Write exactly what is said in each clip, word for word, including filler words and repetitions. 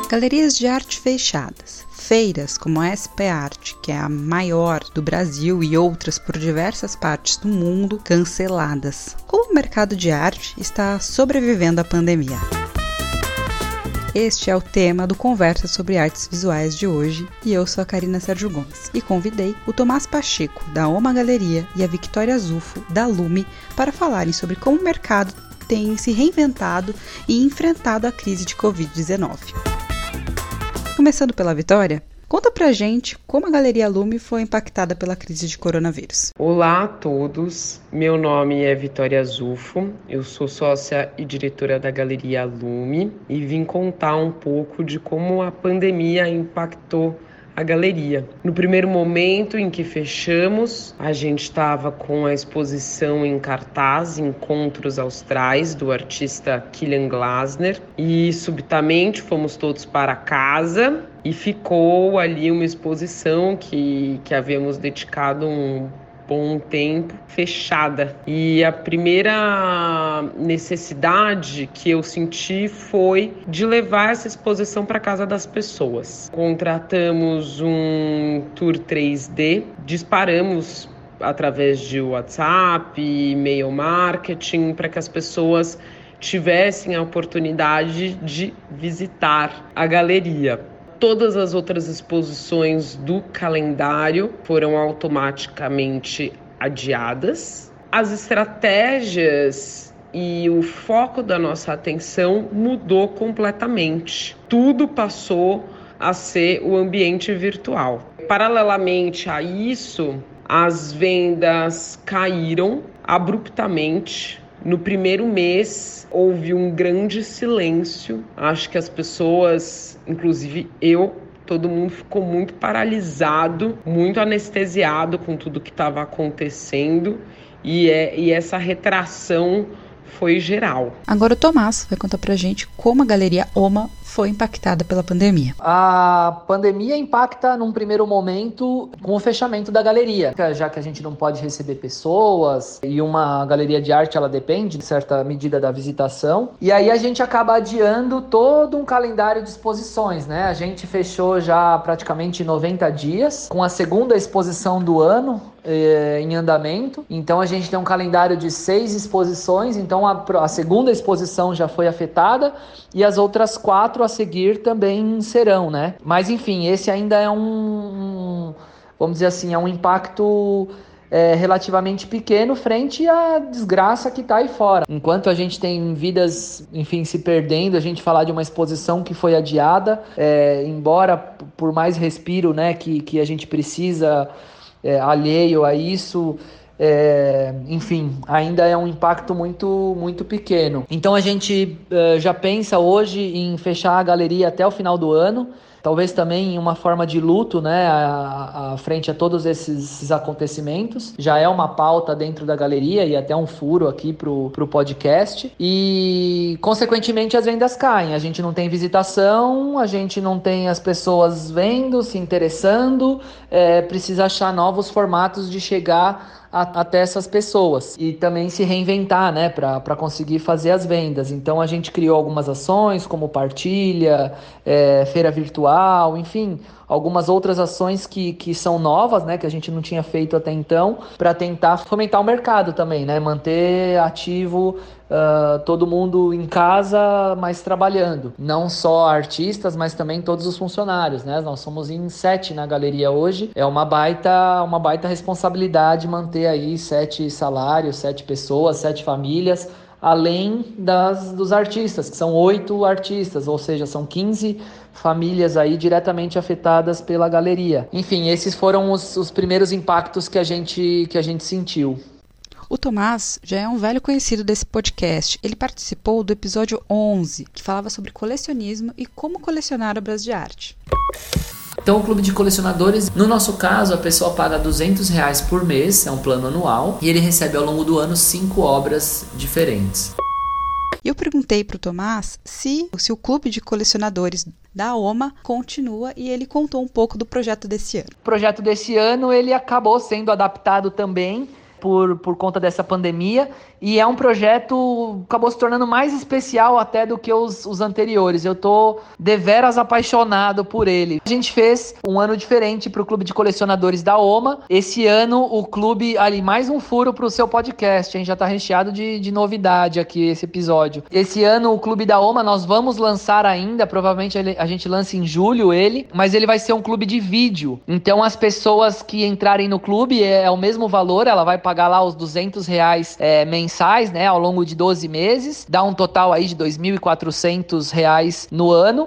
Galerias de arte fechadas, feiras como a S P Arte, que é a maior do Brasil, e outras por diversas partes do mundo, canceladas. Como o mercado de arte está sobrevivendo à pandemia? Este é o tema do Conversa sobre Artes Visuais de hoje, e eu sou a Karina Sérgio Gomes, e convidei o Tomás Pacheco, da Oma Galeria, e a Victoria Zufo, da Lume, para falarem sobre como o mercado tem se reinventado e enfrentado a crise de covid dezenove. Começando pela Vitória, conta pra gente como a Galeria Lume foi impactada pela crise de coronavírus. Olá a todos, meu nome é Victoria Zufo, eu sou sócia e diretora da Galeria Lume e vim contar um pouco de como a pandemia impactou a galeria. No primeiro momento em que fechamos, a gente estava com a exposição em cartaz, Encontros Austrais, do artista Kilian Glasner, e subitamente fomos todos para casa e ficou ali uma exposição que, que havíamos dedicado um bom tempo fechada. E a primeira necessidade que eu senti foi de levar essa exposição para casa das pessoas. Contratamos um tour três D, disparamos através de WhatsApp, e-mail marketing, para que as pessoas tivessem a oportunidade de visitar a galeria. Todas as outras exposições do calendário foram automaticamente adiadas. As estratégias e o foco da nossa atenção mudou completamente. Tudo passou a ser o ambiente virtual. Paralelamente a isso, as vendas caíram abruptamente. No primeiro mês, houve um grande silêncio. Acho que as pessoas, inclusive eu, todo mundo ficou muito paralisado, muito anestesiado com tudo que estava acontecendo. E, é, e essa retração foi geral. Agora o Tomás vai contar pra gente como a Galeria Oma foi impactada pela pandemia. A pandemia impacta num primeiro momento com o fechamento da galeria, já que a gente não pode receber pessoas e uma galeria de arte ela depende de certa medida da visitação, e aí a gente acaba adiando todo um calendário de exposições, né? A gente fechou já praticamente noventa dias com a segunda exposição do ano eh, em andamento, então a gente tem um calendário de seis exposições, então a, a segunda exposição já foi afetada e as outras quatro a seguir também serão, né? Mas enfim, esse ainda é um, um vamos dizer assim, é um impacto é, relativamente pequeno frente à desgraça que está aí fora. Enquanto a gente tem vidas, enfim, se perdendo, a gente falar de uma exposição que foi adiada, é, embora por mais respiro, né, que, que a gente precisa é, alheio a isso, É, enfim, ainda é um impacto muito, muito pequeno. Então a gente uh, já pensa hoje em fechar a galeria até o final do ano, talvez também em uma forma de luto, né, a, a frente a todos esses acontecimentos. Já é uma pauta dentro da galeria e até um furo aqui pro, pro podcast. E, consequentemente, as vendas caem. A gente não tem visitação, a gente não tem as pessoas vendo, se interessando, é, precisa achar novos formatos de chegar a, até essas pessoas e também se reinventar, né, para conseguir fazer as vendas. Então a gente criou algumas ações como partilha, é, feira virtual, enfim, algumas outras ações que, que são novas, né, que a gente não tinha feito até então, para tentar fomentar o mercado também, né, manter ativo uh, todo mundo em casa, mas trabalhando. Não só artistas, mas também todos os funcionários, né, nós somos em sete na galeria hoje, é uma baita, uma baita responsabilidade manter aí sete salários, sete pessoas, sete famílias, além das, dos artistas, que são oito artistas, ou seja, são quinze famílias aí diretamente afetadas pela galeria. Enfim, esses foram os, os primeiros impactos que a gente, que a gente sentiu. O Tomás já é um velho conhecido desse podcast. Ele participou do episódio onze, que falava sobre colecionismo e como colecionar obras de arte. Então o clube de colecionadores, no nosso caso, a pessoa paga duzentos reais por mês, é um plano anual, e ele recebe ao longo do ano cinco obras diferentes. E eu perguntei para o Tomás se, se o clube de colecionadores da Oma continua, e ele contou um pouco do projeto desse ano. O projeto desse ano ele acabou sendo adaptado também por, por conta dessa pandemia. E é um projeto que acabou se tornando mais especial até do que os, os anteriores. Eu tô deveras apaixonado por ele. A gente fez um ano diferente para o Clube de Colecionadores da OMA. Esse ano o clube, ali, mais um furo para o seu podcast, hein? Já tá recheado de, de novidade aqui esse episódio. Esse ano o Clube da OMA nós vamos lançar ainda, provavelmente ele, a gente lança em julho ele, mas ele vai ser um clube de vídeo. Então as pessoas que entrarem no clube é, é o mesmo valor, ela vai pagar lá os duzentos reais é, mensais, né, ao longo de doze meses, dá um total aí de dois mil e quatrocentos reais no ano.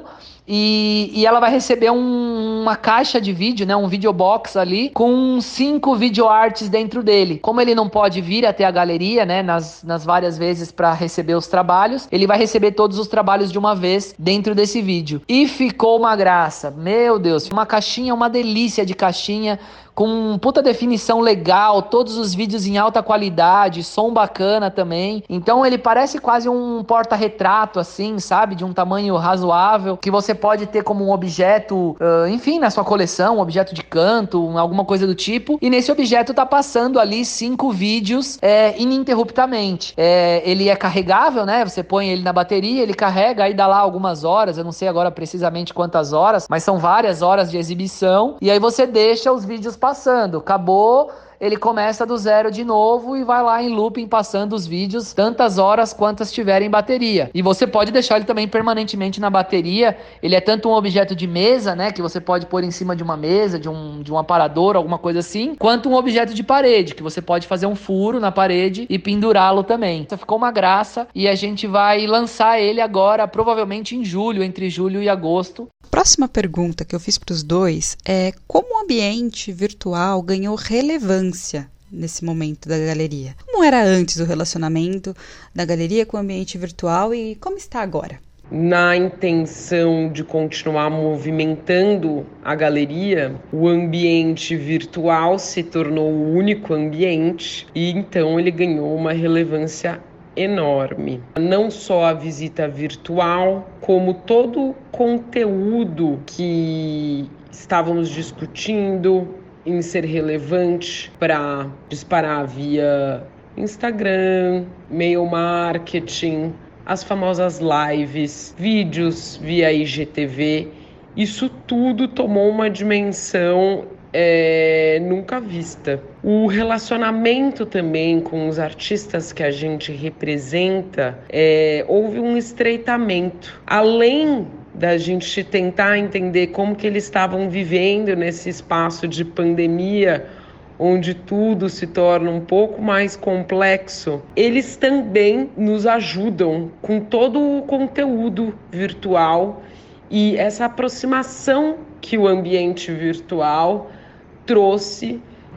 E, e ela vai receber um, uma caixa de vídeo, né, um videobox ali, com cinco videoarts dentro dele. Como ele não pode vir até a galeria, né, nas, nas várias vezes para receber os trabalhos, ele vai receber todos os trabalhos de uma vez dentro desse vídeo. E ficou uma graça, meu Deus, uma caixinha, uma delícia de caixinha, com puta definição legal, todos os vídeos em alta qualidade, som bacana também. Então ele parece quase um porta-retrato, assim, sabe? De um tamanho razoável, que você pode ter como um objeto, uh, enfim, na sua coleção, um objeto de canto, alguma coisa do tipo. E nesse objeto tá passando ali cinco vídeos é, ininterruptamente. É, ele é carregável, né? Você põe ele na bateria, ele carrega, aí dá lá algumas horas, eu não sei agora precisamente quantas horas, mas são várias horas de exibição. E aí você deixa os vídeos passando, acabou, ele começa do zero de novo e vai lá em looping passando os vídeos tantas horas quantas tiverem bateria. E você pode deixar ele também permanentemente na bateria. Ele é tanto um objeto de mesa, né, que você pode pôr em cima de uma mesa, de um, de um aparador, alguma coisa assim, quanto um objeto de parede, que você pode fazer um furo na parede e pendurá-lo também. Então ficou uma graça e a gente vai lançar ele agora, provavelmente em julho, entre julho e agosto. Próxima pergunta que eu fiz para os dois é como o ambiente virtual ganhou relevância nesse momento da galeria? Como era antes o relacionamento da galeria com o ambiente virtual e como está agora? Na intenção de continuar movimentando a galeria, o ambiente virtual se tornou o único ambiente e então ele ganhou uma relevância enorme. Não só a visita virtual, como todo o conteúdo que estávamos discutindo em ser relevante para disparar via Instagram, e-mail marketing, as famosas lives, vídeos via I G T V. Isso tudo tomou uma dimensão É, nunca vista. O relacionamento também com os artistas que a gente representa, é, houve um estreitamento. Além da gente tentar entender como que eles estavam vivendo nesse espaço de pandemia, onde tudo se torna um pouco mais complexo, eles também nos ajudam com todo o conteúdo virtual e essa aproximação que o ambiente virtual trouxe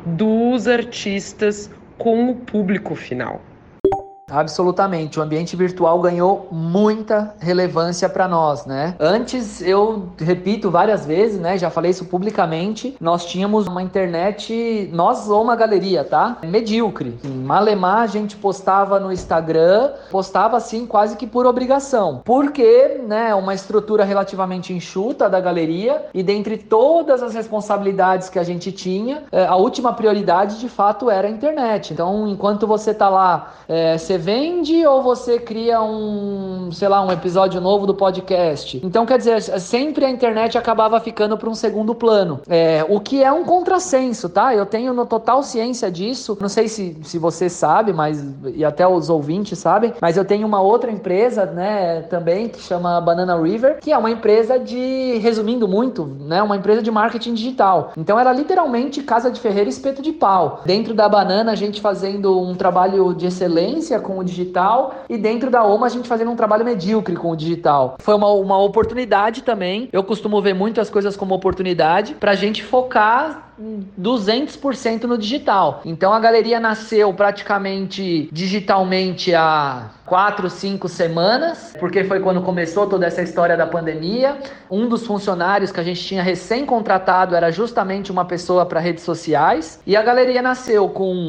dos artistas com o público final. Absolutamente, o ambiente virtual ganhou muita relevância para nós, né? Antes, eu repito várias vezes, né? Já falei isso publicamente, nós tínhamos uma internet, nós ou uma galeria, tá? Medíocre. Em Malemar, a gente postava no Instagram, postava assim quase que por obrigação. Porque, né, uma estrutura relativamente enxuta da galeria e dentre todas as responsabilidades que a gente tinha, a última prioridade de fato era a internet. Então, enquanto você tá lá, é, você vende ou você cria um, sei lá, um episódio novo do podcast. Então, quer dizer, sempre a internet acabava ficando para um segundo plano. É, o que é um contrassenso, tá? Eu tenho no total ciência disso. Não sei se, se você sabe, mas e até os ouvintes sabem, mas eu tenho uma outra empresa, né, também, que chama Banana River, que é uma empresa de, resumindo muito, né, uma empresa de marketing digital. Então, era literalmente casa de ferreiro e espeto de pau. Dentro da Banana, a gente fazendo um trabalho de excelência com o digital e dentro da OMA a gente fazendo um trabalho medíocre com o digital. Foi uma, uma oportunidade também, eu costumo ver muito as coisas como oportunidade pra gente focar duzentos por cento no digital. Então a galeria nasceu praticamente digitalmente há quatro, cinco semanas, porque foi quando começou toda essa história da pandemia. Um dos funcionários que a gente tinha recém-contratado era justamente uma pessoa para redes sociais e a galeria nasceu com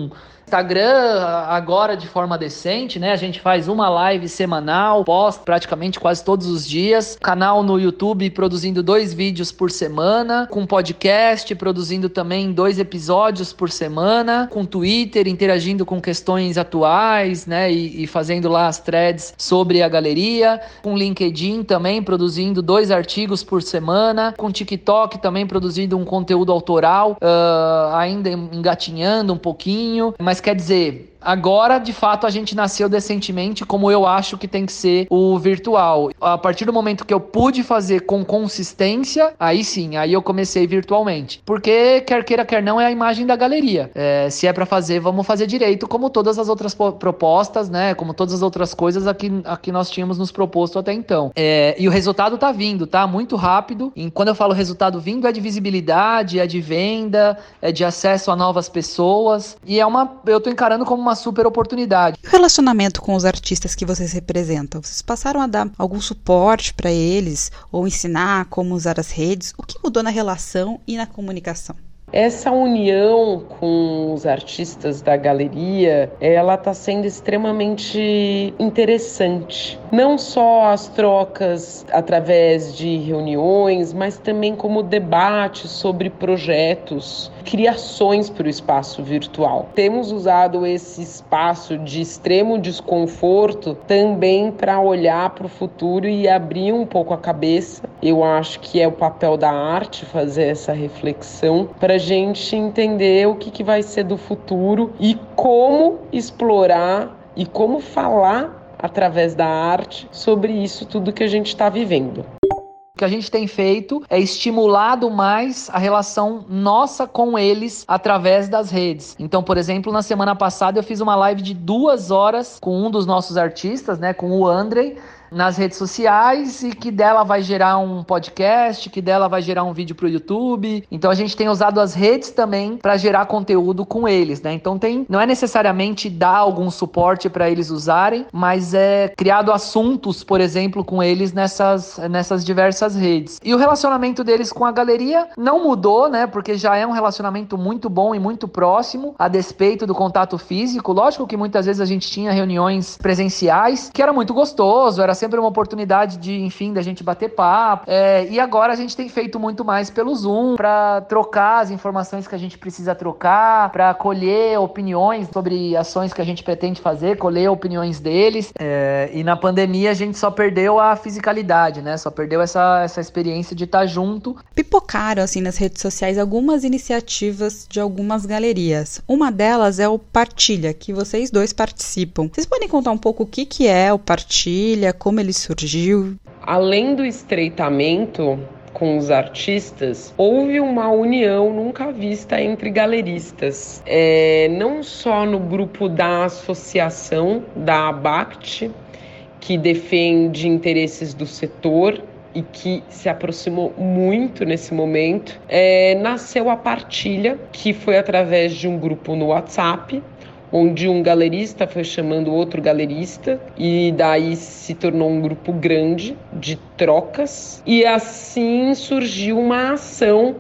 Instagram agora de forma decente, né? A gente faz uma live semanal, posta praticamente quase todos os dias. Canal no YouTube produzindo dois vídeos por semana, com podcast produzindo também dois episódios por semana, com Twitter interagindo com questões atuais, né? E, e fazendo lá as threads sobre a galeria, com LinkedIn também produzindo dois artigos por semana, com TikTok também produzindo um conteúdo autoral, uh, ainda engatinhando um pouquinho, mas quer dizer, agora, de fato, a gente nasceu decentemente como eu acho que tem que ser o virtual. A partir do momento que eu pude fazer com consistência, aí sim, aí eu comecei virtualmente. Porque, quer queira, quer não, é a imagem da galeria. É, se é pra fazer, vamos fazer direito, como todas as outras po- propostas, né? Como todas as outras coisas aqui, aqui nós tínhamos nos proposto até então. É, e o resultado tá vindo, tá? Muito rápido. E quando eu falo resultado vindo, é de visibilidade, é de venda, é de acesso a novas pessoas. E é uma... eu tô encarando como uma super oportunidade. E o relacionamento com os artistas que vocês representam? Vocês passaram a dar algum suporte para eles ou ensinar como usar as redes? O que mudou na relação e na comunicação? Essa união com os artistas da galeria, ela está sendo extremamente interessante. Não só as trocas através de reuniões, mas também como debate sobre projetos, criações para o espaço virtual. Temos usado esse espaço de extremo desconforto também para olhar para o futuro e abrir um pouco a cabeça. Eu acho que é o papel da arte fazer essa reflexão para a gente entender o que, que vai ser do futuro e como explorar e como falar através da arte sobre isso tudo que a gente está vivendo. O que a gente tem feito é estimulado mais a relação nossa com eles através das redes. Então, por exemplo, na semana passada eu fiz uma live de duas horas com um dos nossos artistas, né, com o Andrei, nas redes sociais, e que dela vai gerar um podcast, que dela vai gerar um vídeo pro YouTube. Então a gente tem usado as redes também para gerar conteúdo com eles, né? Então tem, não é necessariamente dar algum suporte para eles usarem, mas é criado assuntos, por exemplo, com eles nessas, nessas diversas redes. E o relacionamento deles com a galeria não mudou, né? Porque já é um relacionamento muito bom e muito próximo, a despeito do contato físico. Lógico que muitas vezes a gente tinha reuniões presenciais, que era muito gostoso, era sempre uma oportunidade de, enfim, da gente bater papo. É, e agora a gente tem feito muito mais pelo Zoom, para trocar as informações que a gente precisa trocar, para colher opiniões sobre ações que a gente pretende fazer, colher opiniões deles. É, e na pandemia a gente só perdeu a fisicalidade, né? Só perdeu essa, essa experiência de estar junto. Pipocaram, assim, nas redes sociais algumas iniciativas de algumas galerias. Uma delas é o Partilha, que vocês dois participam. Vocês podem contar um pouco o que, que é o Partilha, como ele surgiu? Além do estreitamento com os artistas, houve uma união nunca vista entre galeristas. É, não só no grupo da associação, da ABACT, que defende interesses do setor e que se aproximou muito nesse momento, é, nasceu a Partilha, que foi através de um grupo no WhatsApp, onde um galerista foi chamando outro galerista e daí se tornou um grupo grande de trocas, e assim surgiu uma ação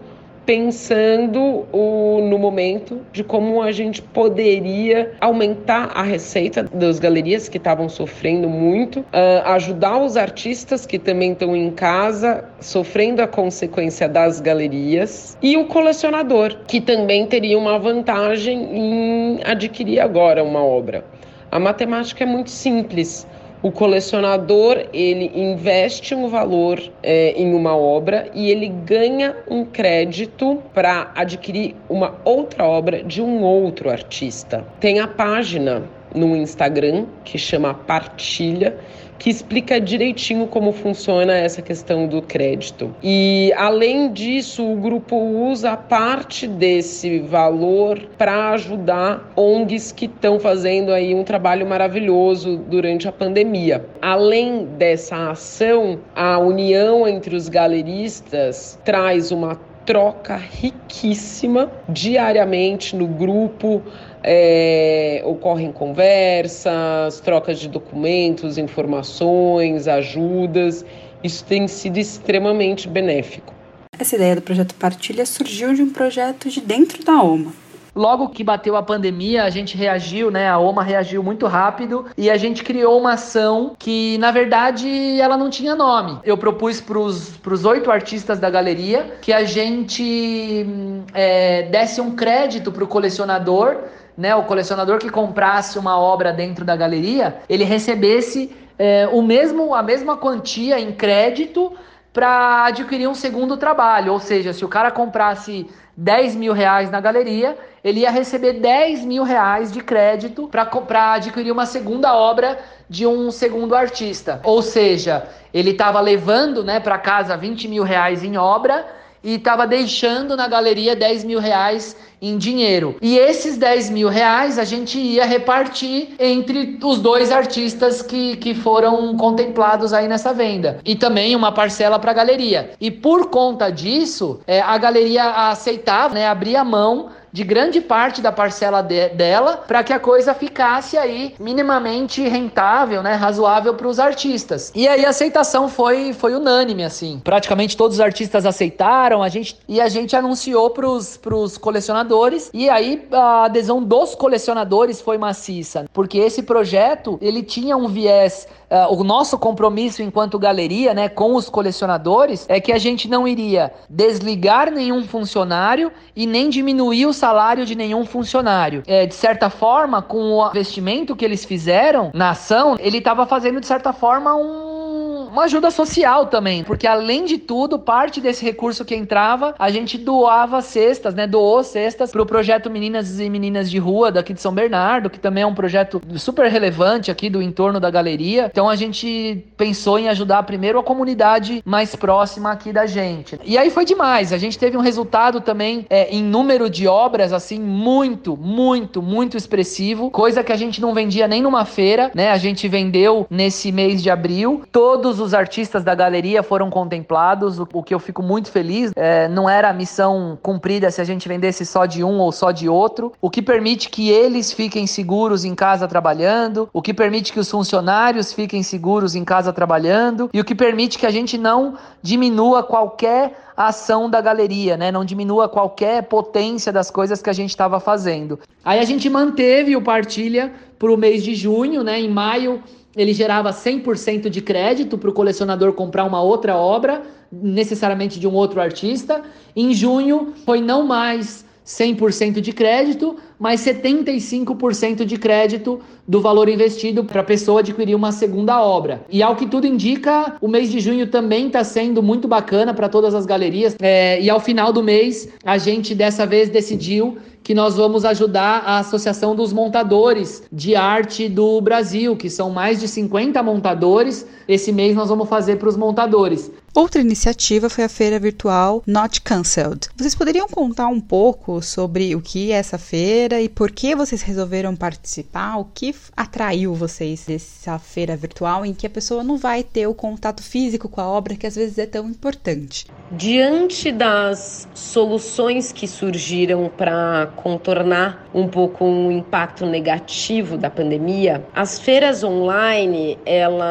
pensando o, no momento de como a gente poderia aumentar a receita das galerias que estavam sofrendo muito, uh, ajudar os artistas que também estão em casa sofrendo a consequência das galerias, e o colecionador, que também teria uma vantagem em adquirir agora uma obra. A matemática é muito simples. O colecionador, ele investe um valor é, em uma obra e ele ganha um crédito para adquirir uma outra obra de um outro artista. Tem a página no Instagram que chama Partilha, que explica direitinho como funciona essa questão do crédito. E, além disso, o grupo usa parte desse valor para ajudar O N Gs que estão fazendo aí um trabalho maravilhoso durante a pandemia. Além dessa ação, a união entre os galeristas traz uma troca riquíssima diariamente no grupo. É, ocorrem conversas, trocas de documentos, informações, ajudas. Isso tem sido extremamente benéfico. Essa ideia do projeto Partilha surgiu de um projeto de dentro da OMA. Logo que bateu a pandemia, a gente reagiu, né? A OMA reagiu muito rápido e a gente criou uma ação que, na verdade, ela não tinha nome. Eu propus para os oito artistas da galeria que a gente é, desse um crédito para o colecionador, né? O colecionador que comprasse uma obra dentro da galeria, ele recebesse é, o mesmo, a mesma quantia em crédito para adquirir um segundo trabalho. Ou seja, se o cara comprasse dez mil reais na galeria, ele ia receber dez mil reais de crédito para adquirir uma segunda obra de um segundo artista. Ou seja, ele estava levando, né, para casa vinte mil reais em obra e estava deixando na galeria dez mil reais em dinheiro. E esses dez mil reais a gente ia repartir entre os dois artistas que, que foram contemplados aí nessa venda. E também uma parcela para a galeria. E por conta disso, é, a galeria aceitava, né, abria mão de grande parte da parcela de, dela para que a coisa ficasse aí minimamente rentável, né, razoável para os artistas. E aí a aceitação foi, foi unânime, assim. Praticamente todos os artistas aceitaram, a gente, e a gente anunciou para os colecionadores, e aí a adesão dos colecionadores foi maciça, porque esse projeto, ele tinha um viés. Uh, o nosso compromisso enquanto galeria, né, com os colecionadores, é que a gente não iria desligar nenhum funcionário e nem diminuir o salário de nenhum funcionário. É, de certa forma, com o investimento que eles fizeram na ação, ele estava fazendo, de certa forma, um uma ajuda social também, porque além de tudo, parte desse recurso que entrava, a gente doava cestas, né, doou cestas para o projeto Meninas e Meninas de Rua daqui de São Bernardo, que também é um projeto super relevante aqui do entorno da galeria. Então a gente pensou em ajudar primeiro a comunidade mais próxima aqui da gente. E aí foi demais, a gente teve um resultado também é, em número de obras, assim, muito, muito, muito expressivo, coisa que a gente não vendia nem numa feira, né, a gente vendeu nesse mês de abril, todos os artistas da galeria foram contemplados, o, o que eu fico muito feliz, é, não era a missão cumprida se a gente vendesse só de um ou só de outro, o que permite que eles fiquem seguros em casa trabalhando, o que permite que os funcionários fiquem seguros em casa trabalhando, e o que permite que a gente não diminua qualquer ação da galeria, né? Não diminua qualquer potência das coisas que a gente estava fazendo. Aí a gente manteve o Partilha para o mês de junho, né? Em maio ele gerava cem por cento de crédito para o colecionador comprar uma outra obra, necessariamente de um outro artista. Em junho foi não mais cem por cento de crédito, mas setenta e cinco por cento de crédito do valor investido para a pessoa adquirir uma segunda obra. E ao que tudo indica, o mês de junho também está sendo muito bacana para todas as galerias. É, e ao final do mês, a gente dessa vez decidiu que nós vamos ajudar a Associação dos Montadores de Arte do Brasil, que são mais de cinquenta montadores. Esse mês nós vamos fazer para os montadores. Outra iniciativa foi a feira virtual Not Cancelled. Vocês poderiam contar um pouco sobre o que é essa feira e por que vocês resolveram participar? O que atraiu vocês dessa feira virtual em que a pessoa não vai ter o contato físico com a obra, que às vezes é tão importante? Diante das soluções que surgiram para contornar um pouco o impacto negativo da pandemia, as feiras online,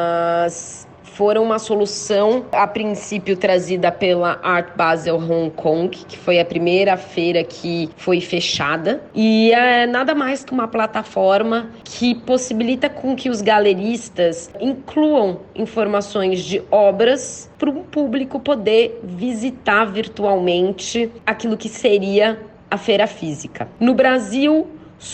elas foram uma solução, a princípio trazida pela Art Basel Hong Kong, que foi a primeira feira que foi fechada, e é nada mais que uma plataforma que possibilita com que os galeristas incluam informações de obras para um público poder visitar virtualmente aquilo que seria a feira física. No Brasil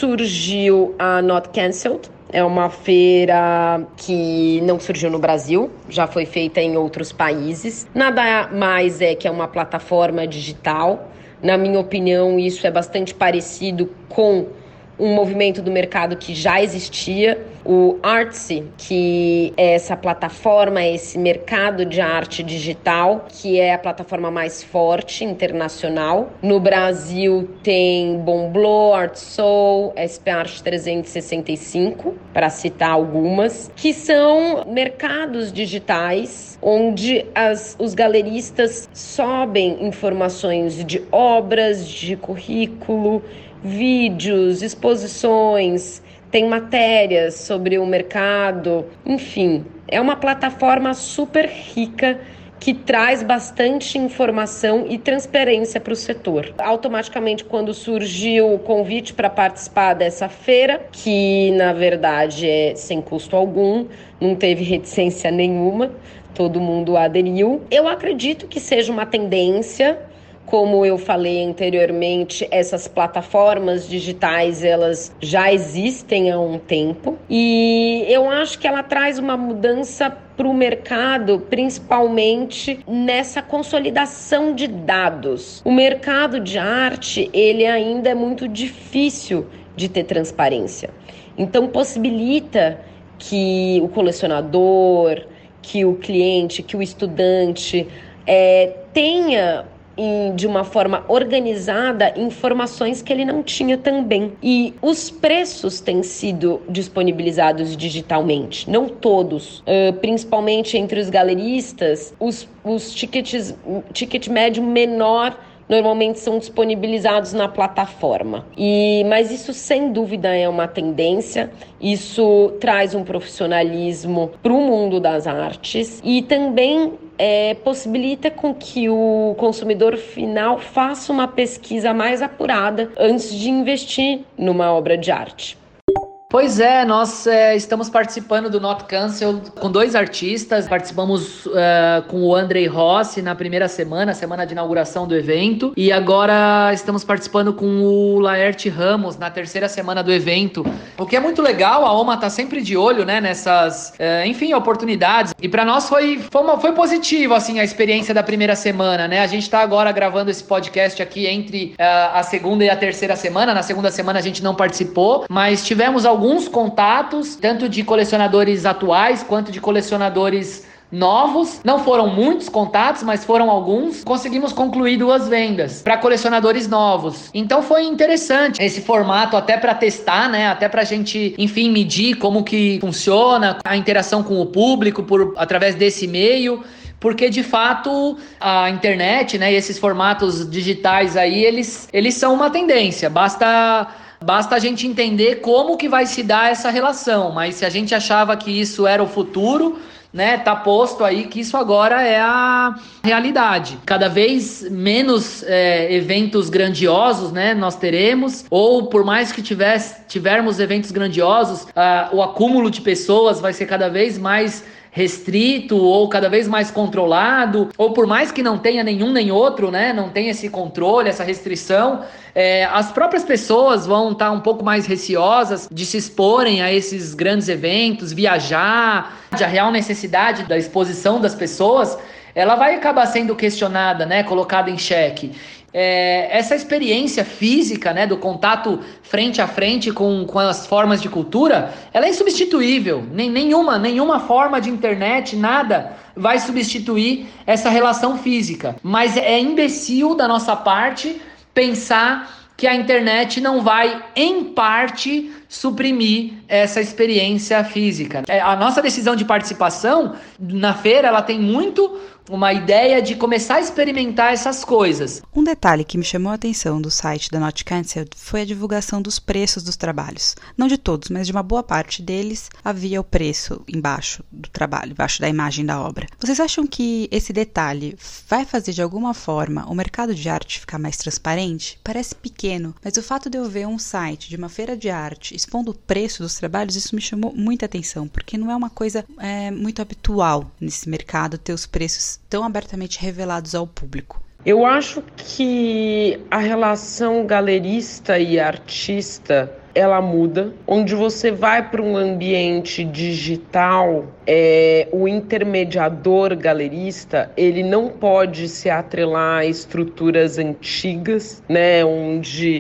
surgiu a Not Cancelled. É uma feira que não surgiu no Brasil, já foi feita em outros países. Nada mais é que é uma plataforma digital. Na minha opinião, isso é bastante parecido com um movimento do mercado que já existia. O Artsy, que é essa plataforma, esse mercado de arte digital, que é a plataforma mais forte internacional. No Brasil tem Bomblô, Artsoul, S P Art trezentos e sessenta e cinco, para citar algumas, que são mercados digitais onde as, os galeristas sobem informações de obras, de currículo, vídeos, exposições, tem matérias sobre o mercado, enfim, é uma plataforma super rica que traz bastante informação e transparência para o setor. Automaticamente, quando surgiu o convite para participar dessa feira, que na verdade é sem custo algum, não teve reticência nenhuma, todo mundo aderiu. Eu acredito que seja uma tendência. Como eu falei anteriormente, essas plataformas digitais, elas já existem há um tempo e eu acho que ela traz uma mudança para o mercado, principalmente nessa consolidação de dados. O mercado de arte, ele ainda é muito difícil de ter transparência. Então, possibilita que o colecionador, que o cliente, que o estudante é, tenha de uma forma organizada informações que ele não tinha também. E os preços têm sido disponibilizados digitalmente, não todos, uh, principalmente entre os galeristas, os, os tickets, ticket médio menor normalmente são disponibilizados na plataforma. E, mas isso sem dúvida é uma tendência, isso traz um profissionalismo para o mundo das artes e também é, possibilita com que o consumidor final faça uma pesquisa mais apurada antes de investir numa obra de arte. Pois é, nós é, estamos participando do Not Cancel com dois artistas. Participamos é, com o Andrei Rossi na primeira semana, semana de inauguração do evento. E agora estamos participando com o Laerte Ramos na terceira semana do evento. O que é muito legal, a OMA tá sempre de olho, né, nessas, é, enfim, oportunidades. E para nós foi, foi, uma, foi positivo, assim, a experiência da primeira semana, né? A gente tá agora gravando esse podcast aqui entre é, a segunda e a terceira semana. Na segunda semana a gente não participou, mas tivemos alguns alguns contatos, tanto de colecionadores atuais quanto de colecionadores novos. Não foram muitos contatos, mas foram alguns. Conseguimos concluir duas vendas para colecionadores novos. Então foi interessante esse formato até para testar, né? Até para a gente, enfim, medir como que funciona a interação com o público por através desse meio. Porque, de fato, a internet, né, e esses formatos digitais aí, eles, eles são uma tendência. Basta... Basta a gente entender como que vai se dar essa relação, mas se a gente achava que isso era o futuro, né, tá posto aí que isso agora é a realidade. Cada vez menos é, eventos grandiosos, né, nós teremos, ou por mais que tivesse, tivermos eventos grandiosos, ah, o acúmulo de pessoas vai ser cada vez mais restrito ou cada vez mais controlado, ou por mais que não tenha nenhum nem outro, né, não tenha esse controle, essa restrição, é, as próprias pessoas vão estar um pouco mais receosas de se exporem a esses grandes eventos, viajar, a real necessidade da exposição das pessoas, ela vai acabar sendo questionada, né, colocada em xeque. É, essa experiência física, né, do contato frente a frente com, com as formas de cultura, ela é insubstituível. Nem, nenhuma, nenhuma forma de internet, nada vai substituir essa relação física. Mas é imbecil da nossa parte pensar que a internet não vai, em parte, suprimir essa experiência física. A nossa decisão de participação na feira, ela tem muito uma ideia de começar a experimentar essas coisas. Um detalhe que me chamou a atenção do site da Not Cancelled foi a divulgação dos preços dos trabalhos. Não de todos, mas de uma boa parte deles havia o preço embaixo do trabalho, embaixo da imagem da obra. Vocês acham que esse detalhe vai fazer de alguma forma o mercado de arte ficar mais transparente? Parece pequeno, mas o fato de eu ver um site de uma feira de arte expondo o preço dos trabalhos, isso me chamou muita atenção, porque não é uma coisa é, muito habitual nesse mercado ter os preços tão abertamente revelados ao público. Eu acho que a relação galerista e artista, ela muda. Onde você vai para um ambiente digital, é, o intermediador galerista, ele não pode se atrelar a estruturas antigas, né, onde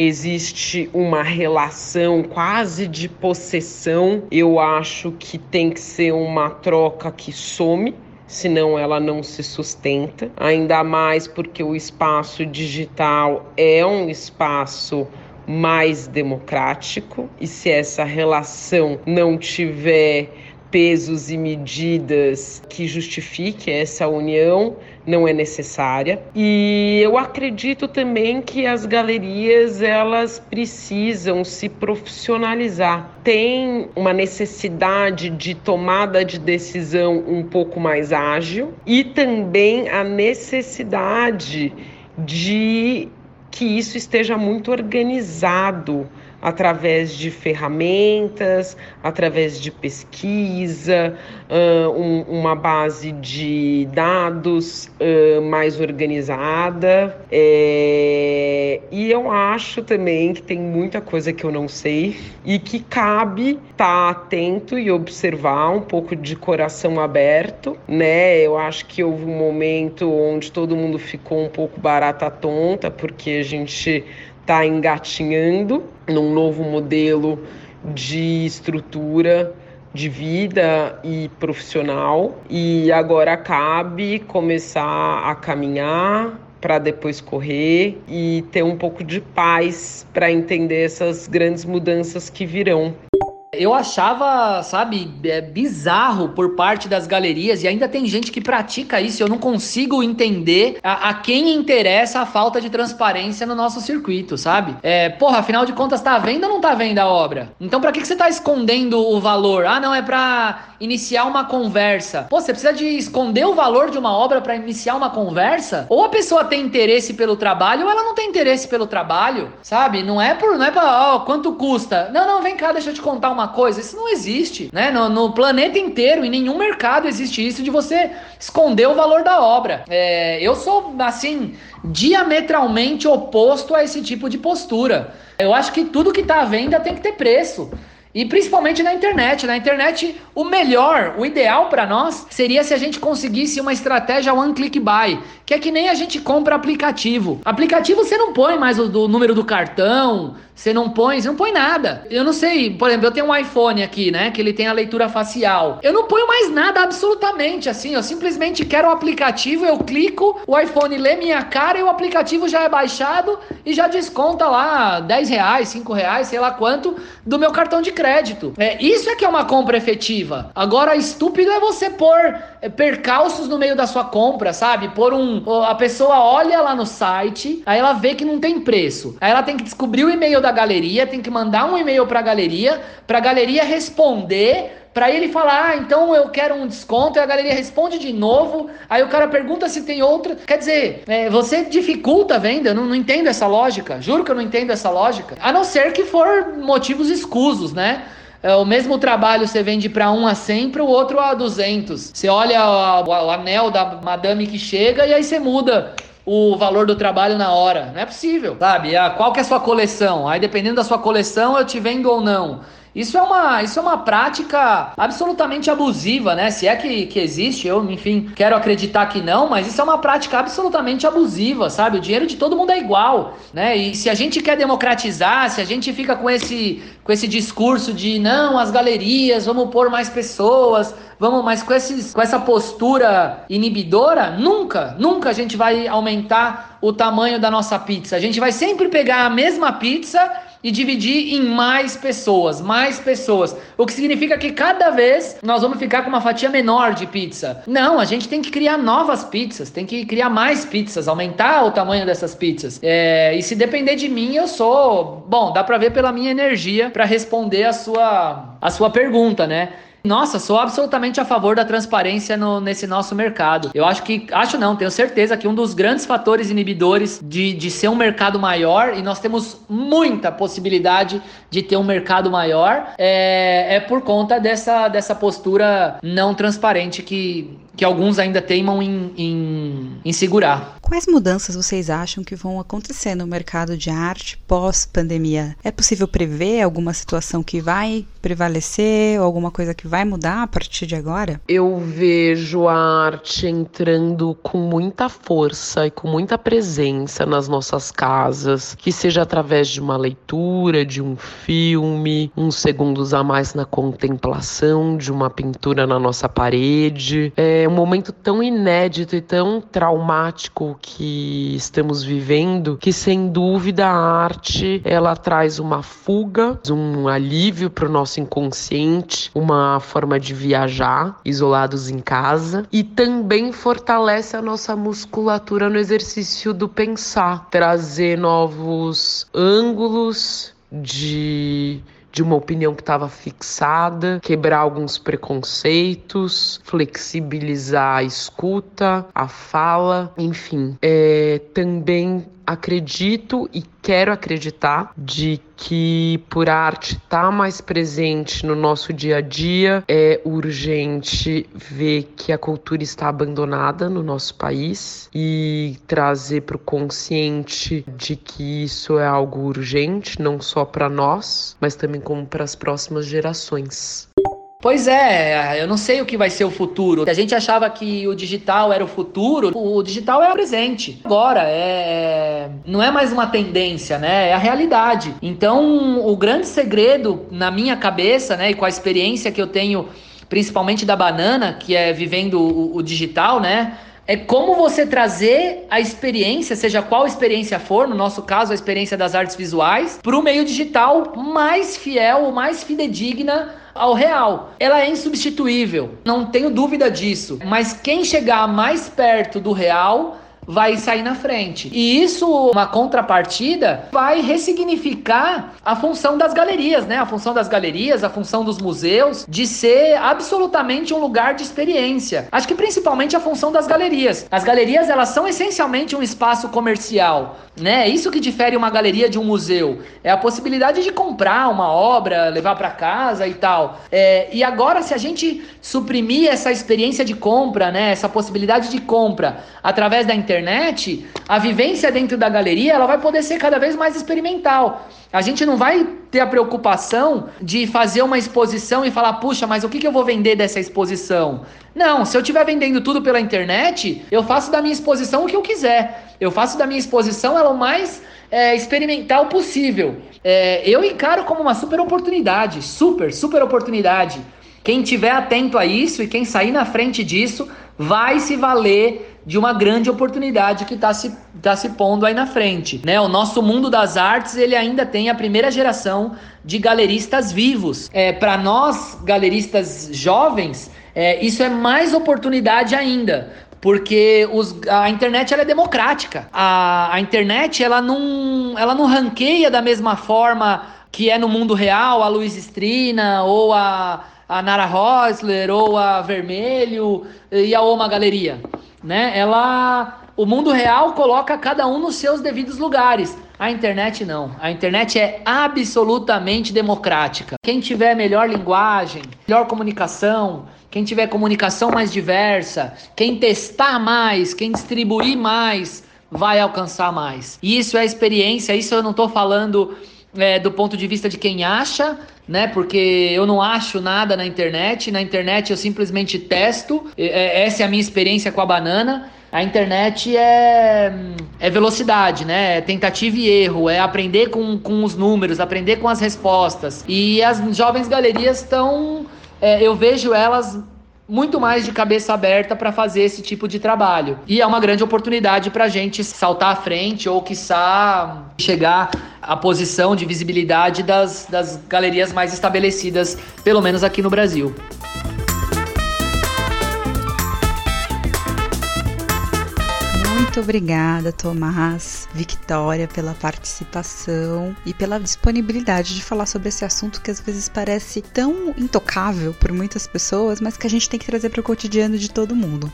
existe uma relação quase de possessão. Eu acho que tem que ser uma troca que some, senão ela não se sustenta, ainda mais porque o espaço digital é um espaço mais democrático, e se essa relação não tiver pesos e medidas que justifique essa união, não é necessária. E eu acredito também que as galerias, elas precisam se profissionalizar. Tem uma necessidade de tomada de decisão um pouco mais ágil e também a necessidade de que isso esteja muito organizado através de ferramentas, através de pesquisa, uh, um, uma base de dados uh, mais organizada. É, e eu acho também que tem muita coisa que eu não sei e que cabe estar atento e observar, um pouco de coração aberto, né? Eu acho que houve um momento onde todo mundo ficou um pouco barata tonta, porque a gente está engatinhando num novo modelo de estrutura de vida e profissional, e agora cabe começar a caminhar para depois correr e ter um pouco de paz para entender essas grandes mudanças que virão. Eu achava, sabe, é bizarro por parte das galerias, e ainda tem gente que pratica isso. Eu não consigo entender a, a quem interessa a falta de transparência no nosso circuito, sabe? É, porra, afinal de contas, tá à venda ou não tá à venda a obra? Então pra que, que você tá escondendo o valor? Ah, não, é pra iniciar uma conversa. Pô, você precisa de esconder o valor de uma obra pra iniciar uma conversa? Ou a pessoa tem interesse pelo trabalho, ou ela não tem interesse pelo trabalho, sabe? Não é por, não é pra, ó, quanto custa? Não, não, vem cá, deixa eu te contar uma coisa. Isso não existe, né? No, no planeta inteiro, em nenhum mercado existe isso de você esconder o valor da obra. É, eu sou, assim, diametralmente oposto a esse tipo de postura. Eu acho que tudo que tá à venda tem que ter preço. E principalmente na internet. Na internet, o melhor, o ideal para nós seria se a gente conseguisse uma estratégia one click buy, que é que nem a gente compra aplicativo. Aplicativo você não põe mais o, o número do cartão, você não põe, você não põe nada. Eu não sei, por exemplo, eu tenho um iPhone aqui, né, que ele tem a leitura facial. Eu não ponho mais nada absolutamente, assim, eu simplesmente quero o aplicativo, eu clico, o iPhone lê minha cara e o aplicativo já é baixado e já desconta lá dez reais, cinco reais, sei lá quanto, do meu cartão de crédito. É, isso é que é uma compra efetiva. Agora, estúpido é você pôr é, percalços no meio da sua compra, sabe? Pôr um... A pessoa olha lá no site, aí ela vê que não tem preço. Aí ela tem que descobrir o e-mail da galeria, tem que mandar um e-mail pra galeria, pra galeria responder, pra ele falar, ah, então eu quero um desconto, e a galeria responde de novo, aí o cara pergunta se tem outra. Quer dizer, é, você dificulta a venda. Eu não, não entendo essa lógica, juro que eu não entendo essa lógica, a não ser que for motivos escusos, né? É, o mesmo trabalho você vende para um a cem, para o outro a duzentos. Você olha o, o anel da madame que chega e aí você muda o valor do trabalho na hora. Não é possível, sabe? Ah, qual que é a sua coleção? Aí dependendo da sua coleção eu te vendo ou não. Isso é uma, isso é uma prática absolutamente abusiva, né? Se é que, que existe, eu, enfim, quero acreditar que não, mas isso é uma prática absolutamente abusiva, sabe? O dinheiro de todo mundo é igual, né? E se a gente quer democratizar, se a gente fica com esse, com esse discurso de não, as galerias, vamos pôr mais pessoas, vamos, mas com, esses, com essa postura inibidora, nunca, nunca a gente vai aumentar o tamanho da nossa pizza. A gente vai sempre pegar a mesma pizza e dividir em mais pessoas, mais pessoas. O que significa que cada vez nós vamos ficar com uma fatia menor de pizza. Não, a gente tem que criar novas pizzas, tem que criar mais pizzas, aumentar o tamanho dessas pizzas. É, e se depender de mim, eu sou... Bom, dá pra ver pela minha energia pra responder a sua, a sua pergunta, né? Nossa, sou absolutamente a favor da transparência no, nesse nosso mercado. Eu acho que, acho não, tenho certeza que um dos grandes fatores inibidores de, de ser um mercado maior, e nós temos muita possibilidade de ter um mercado maior, é, é por conta dessa, dessa postura não transparente que, que alguns ainda teimam em, em, em segurar. Quais mudanças vocês acham que vão acontecer no mercado de arte pós-pandemia? É possível prever alguma situação que vai prevalecer ou alguma coisa que vai mudar a partir de agora? Eu vejo a arte entrando com muita força e com muita presença nas nossas casas, que seja através de uma leitura, de um filme, uns segundos a mais na contemplação de uma pintura na nossa parede, é, é um momento tão inédito e tão traumático que estamos vivendo, que sem dúvida a arte ela traz uma fuga, um alívio para o nosso inconsciente, uma forma de viajar, isolados em casa, e também fortalece a nossa musculatura no exercício do pensar, trazer novos ângulos de... de uma opinião que estava fixada, quebrar alguns preconceitos, flexibilizar a escuta, a fala, enfim. É, também acredito e quero acreditar de que por a arte estar mais presente no nosso dia a dia, é urgente ver que a cultura está abandonada no nosso país e trazer para o consciente de que isso é algo urgente, não só para nós, mas também como para as próximas gerações. Pois é, eu não sei o que vai ser o futuro. A gente achava que o digital era o futuro, o digital é o presente. Agora, é... não é mais uma tendência, né? É a realidade. Então, o grande segredo na minha cabeça, né, e com a experiência que eu tenho, principalmente da Banana, que é vivendo o, o digital, né? É como você trazer a experiência, seja qual experiência for, no nosso caso a experiência das artes visuais, para o meio digital mais fiel, mais fidedigna ao real. Ela é insubstituível, não tenho dúvida disso. Mas quem chegar mais perto do real vai sair na frente. E isso, uma contrapartida, vai ressignificar a função das galerias, né? A função das galerias, a função dos museus, de ser absolutamente um lugar de experiência. Acho que principalmente a função das galerias. As galerias, elas são essencialmente um espaço comercial, né? Isso que difere uma galeria de um museu. É a possibilidade de comprar uma obra, levar para casa e tal. É, e agora, se a gente suprimir essa experiência de compra, né? Essa possibilidade de compra através da internet, internet, a vivência dentro da galeria ela vai poder ser cada vez mais experimental. A gente não vai ter a preocupação de fazer uma exposição e falar, puxa, mas o que, que eu vou vender dessa exposição? Não, se eu estiver vendendo tudo pela internet, eu faço da minha exposição o que eu quiser. Eu faço da minha exposição ela o mais é, experimental possível. É, eu encaro como uma super oportunidade, super, super oportunidade. Quem estiver atento a isso e quem sair na frente disso vai se valer de uma grande oportunidade que está se, tá se pondo aí na frente, né? O nosso mundo das artes, ele ainda tem a primeira geração de galeristas vivos. É, para nós, galeristas jovens, é, isso é mais oportunidade ainda, porque os, a internet ela é democrática. A, a internet ela não, ela não ranqueia da mesma forma que é no mundo real a Luiz Estrina ou a, a Nara Rosler ou a Vermelho e a Oma Galeria. Né? Ela, o mundo real coloca cada um nos seus devidos lugares. A internet não. A internet é absolutamente democrática. Quem tiver melhor linguagem, melhor comunicação, quem tiver comunicação mais diversa, quem testar mais, quem distribuir mais, vai alcançar mais. Isso é experiência, isso eu não estou falando é, do ponto de vista de quem acha, né? Porque eu não acho nada na internet. Na internet eu simplesmente testo. Essa é a minha experiência com a Banana. A internet é, é velocidade, né? É tentativa e erro, é aprender com, com os números, aprender com as respostas. E as jovens galerias estão... É, eu vejo elas muito mais de cabeça aberta para fazer esse tipo de trabalho. E é uma grande oportunidade para a gente saltar à frente ou, quiçá, chegar à posição de visibilidade das, das galerias mais estabelecidas, pelo menos aqui no Brasil. Muito obrigada, Tomás, Victória, pela participação e pela disponibilidade de falar sobre esse assunto que às vezes parece tão intocável por muitas pessoas, mas que a gente tem que trazer para o cotidiano de todo mundo.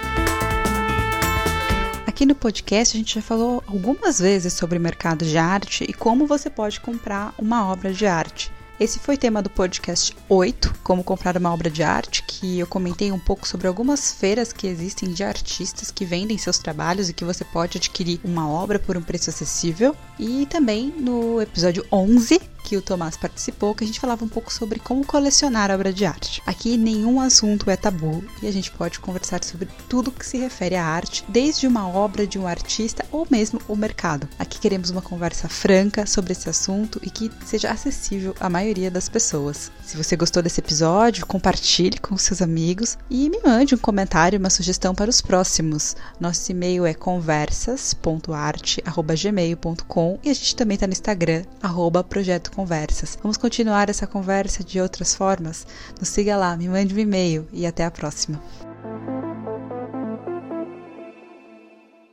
Aqui no podcast a gente já falou algumas vezes sobre o mercado de arte e como você pode comprar uma obra de arte. Esse foi o tema do podcast oito, como comprar uma obra de arte, que eu comentei um pouco sobre algumas feiras que existem de artistas que vendem seus trabalhos e que você pode adquirir uma obra por um preço acessível. E também no episódio onze, que o Tomás participou, que a gente falava um pouco sobre como colecionar obra de arte. Aqui nenhum assunto é tabu e a gente pode conversar sobre tudo que se refere à arte, desde uma obra de um artista ou mesmo o mercado. Aqui queremos uma conversa franca sobre esse assunto e que seja acessível à maioria das pessoas. Se você gostou desse episódio, compartilhe com seus amigos e me mande um comentário, uma sugestão para os próximos. Nosso e-mail é conversas ponto arte arroba gmail ponto com e a gente também está no Instagram, arroba Projeto Conversas. Vamos continuar essa conversa de outras formas? Nos siga lá, me mande um e-mail e até a próxima.